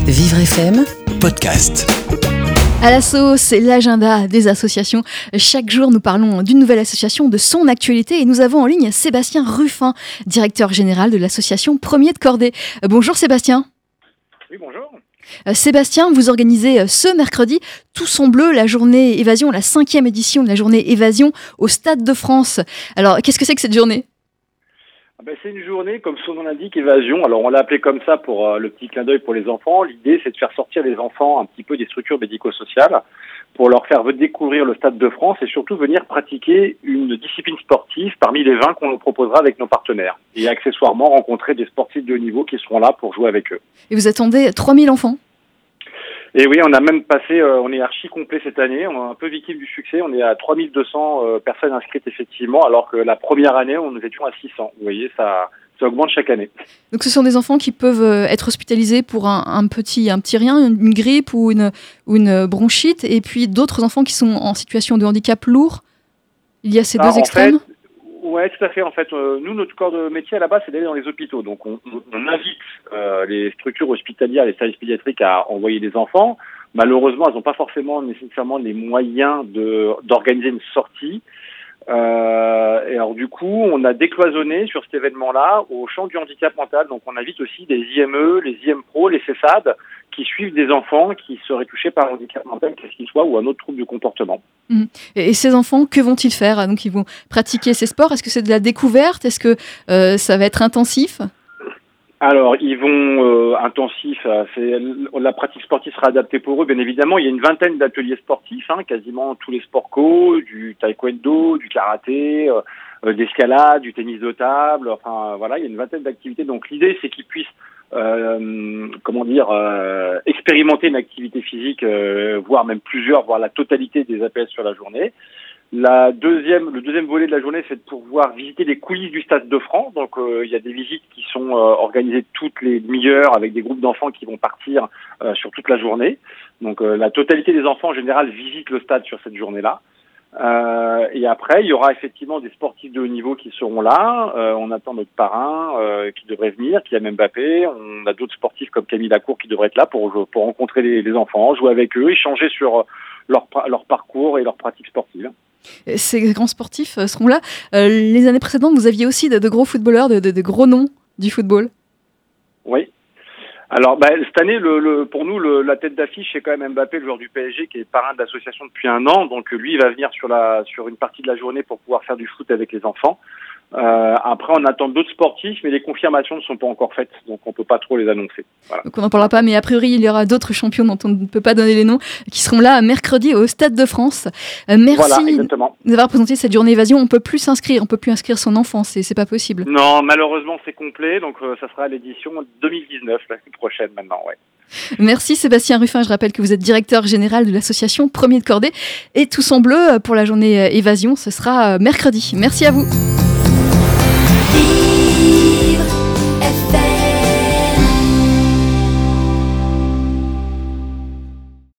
Vivre FM Podcast. À l'assaut, c'est l'agenda des associations. Chaque jour, nous parlons d'une nouvelle association, de son actualité, et nous avons en ligne Sébastien Ruffin, directeur général de l'association Premier de Cordée. Bonjour Sébastien. Oui, bonjour. Sébastien, vous organisez ce mercredi Tous en bleu, la journée évasion, la 5e édition de la journée évasion au Stade de France. Alors, qu'est-ce que c'est que cette journée ? C'est une journée, comme son nom l'indique, évasion. Alors, on l'a appelé comme ça pour le petit clin d'œil pour les enfants. L'idée, c'est de faire sortir les enfants un petit peu des structures médico-sociales pour leur faire découvrir le Stade de France et surtout venir pratiquer une discipline sportive parmi les 20 qu'on nous proposera avec nos partenaires. Et accessoirement, rencontrer des sportifs de haut niveau qui seront là pour jouer avec eux. Et vous attendez 3000 enfants ? Et oui, on a même passé, on est archi complet cette année, on est un peu victime du succès, on est à 3200 personnes inscrites effectivement, alors que la première année, nous étions à 600. Vous voyez, ça augmente chaque année. Donc ce sont des enfants qui peuvent être hospitalisés pour un petit rien, une grippe ou une bronchite, et puis d'autres enfants qui sont en situation de handicap lourd. Il y a ces deux extrêmes. Ouais, tout à fait. En fait, nous, notre corps de métier à la base, c'est d'aller dans les hôpitaux. Donc, on invite les structures hospitalières, les services pédiatriques à envoyer des enfants. Malheureusement, elles n'ont pas forcément nécessairement les moyens d'organiser une sortie. Et alors, du coup, on a décloisonné sur cet événement-là au champ du handicap mental. Donc, on invite aussi des IME, les IMPRO, les CESAD, qui suivent des enfants qui seraient touchés par un handicap mental, quel qu'il soit, ou un autre trouble du comportement. Et ces enfants, que vont-ils faire ? Donc, ils vont pratiquer ces sports. Est-ce que c'est de la découverte ? Est-ce que ça va être intensif ? Alors, ils vont intensif. La pratique sportive sera adaptée pour eux, bien évidemment. Il y a une vingtaine d'ateliers sportifs, quasiment tous les sports co, du taekwondo, du karaté, d'escalade, du tennis de table. Enfin, voilà, il y a une vingtaine d'activités. Donc, l'idée, c'est qu'ils puissent expérimenter une activité physique, voire même plusieurs, voire la totalité des APS sur la journée. Le deuxième volet de la journée, c'est de pouvoir visiter les coulisses du Stade de France. Donc, il y a des visites qui sont organisées toutes les demi-heures avec des groupes d'enfants qui vont partir sur toute la journée. Donc, la totalité des enfants, en général, visitent le stade sur cette journée-là. Et après, il y aura effectivement des sportifs de haut niveau qui seront là. On attend notre parrain qui devrait venir, qui aime Mbappé. On a d'autres sportifs comme Camille Lacour qui devraient être là pour rencontrer les enfants, jouer avec eux, échanger sur leur parcours et leurs pratiques sportives. Ces grands sportifs seront là. Les années précédentes, vous aviez aussi de gros footballeurs, de gros noms du football. Oui. Alors, cette année, pour nous, la tête d'affiche, c'est quand même Mbappé, le joueur du PSG, qui est parrain de l'association depuis 1 an. Donc, lui, il va venir sur une partie de la journée pour pouvoir faire du foot avec les enfants. Après, on attend d'autres sportifs, mais les confirmations ne sont pas encore faites, donc on ne peut pas trop les annoncer. Voilà. Donc on n'en parlera pas, mais a priori, il y aura d'autres champions dont on ne peut pas donner les noms, qui seront là mercredi au Stade de France. Merci d'avoir présenté cette journée évasion. On ne peut plus s'inscrire, on ne peut plus inscrire son enfant, c'est pas possible. Non, malheureusement, c'est complet, donc ça sera à l'édition 2019, l'année prochaine maintenant, ouais. Merci Sébastien Ruffin, je rappelle que vous êtes directeur général de l'association Premier de Cordée, et Tous en bleu pour la journée évasion, ce sera mercredi. Merci à vous.